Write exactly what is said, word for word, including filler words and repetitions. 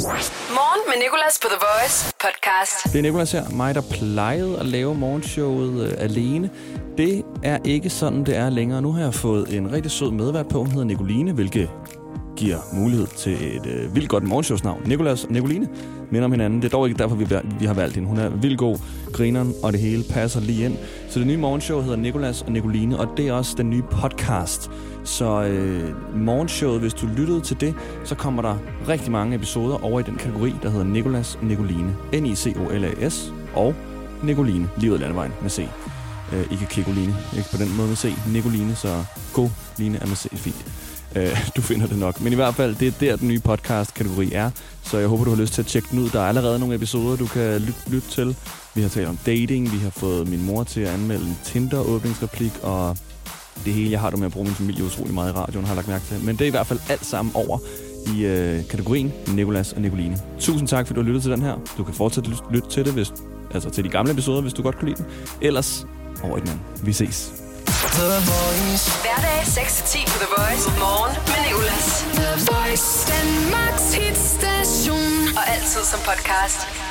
Morgen med Nicolas på The Voice podcast. Det er Nicolas her. Mig, der plejede at lave morgenshowet øh, alene. Det er ikke sådan, det er længere. Nu har jeg fået en rigtig sød medvært på. Hun hedder Nicoline, hvilket giver mulighed til et øh, vildt godt morgenshowsnavn. Nicolas og Nicoline minder om hinanden. Det er dog ikke derfor, vi, vi har valgt hende. Hun er vildt god, grineren, og det hele passer lige ind. Så det nye morgenshow hedder Nicolas og Nicoline, og det er også den nye podcast. Så øh, morgenshowet, hvis du lyttede til det, så kommer der rigtig mange episoder over i den kategori, der hedder Nicolas og Nicoline. N I C O L A S og Nicoline. Livet landevejen med C. Øh, ikke Kikoline. Ikke på den måde med C. Nicoline, så Go-line er med C. Fint. Øh, du finder det nok. Men i hvert fald, det er der, den nye podcast-kategori er. Så jeg håber, du har lyst til at tjekke den ud. Der er allerede nogle episoder, du kan lytte, lytte til. Vi har talt om dating. Vi har fået min mor til at anmelde en Tinder-åbningsreplik. Og det hele, jeg har det med at bruge min familie utrolig meget i radioen, har jeg lagt mærke til. Men det er i hvert fald alt sammen over i øh, kategorien Nicolas og Nicoline. Tusind tak, fordi du har lyttet til den her. Du kan fortsætte lytte, lytte til det, hvis, altså til de gamle episoder, hvis du godt kan lide den. Ellers over i den anden. Vi ses. Hverdag seks til ti på The Voice. Morgen med Nicolas. The Voice. Danmarks hitstation. Og altid som podcast.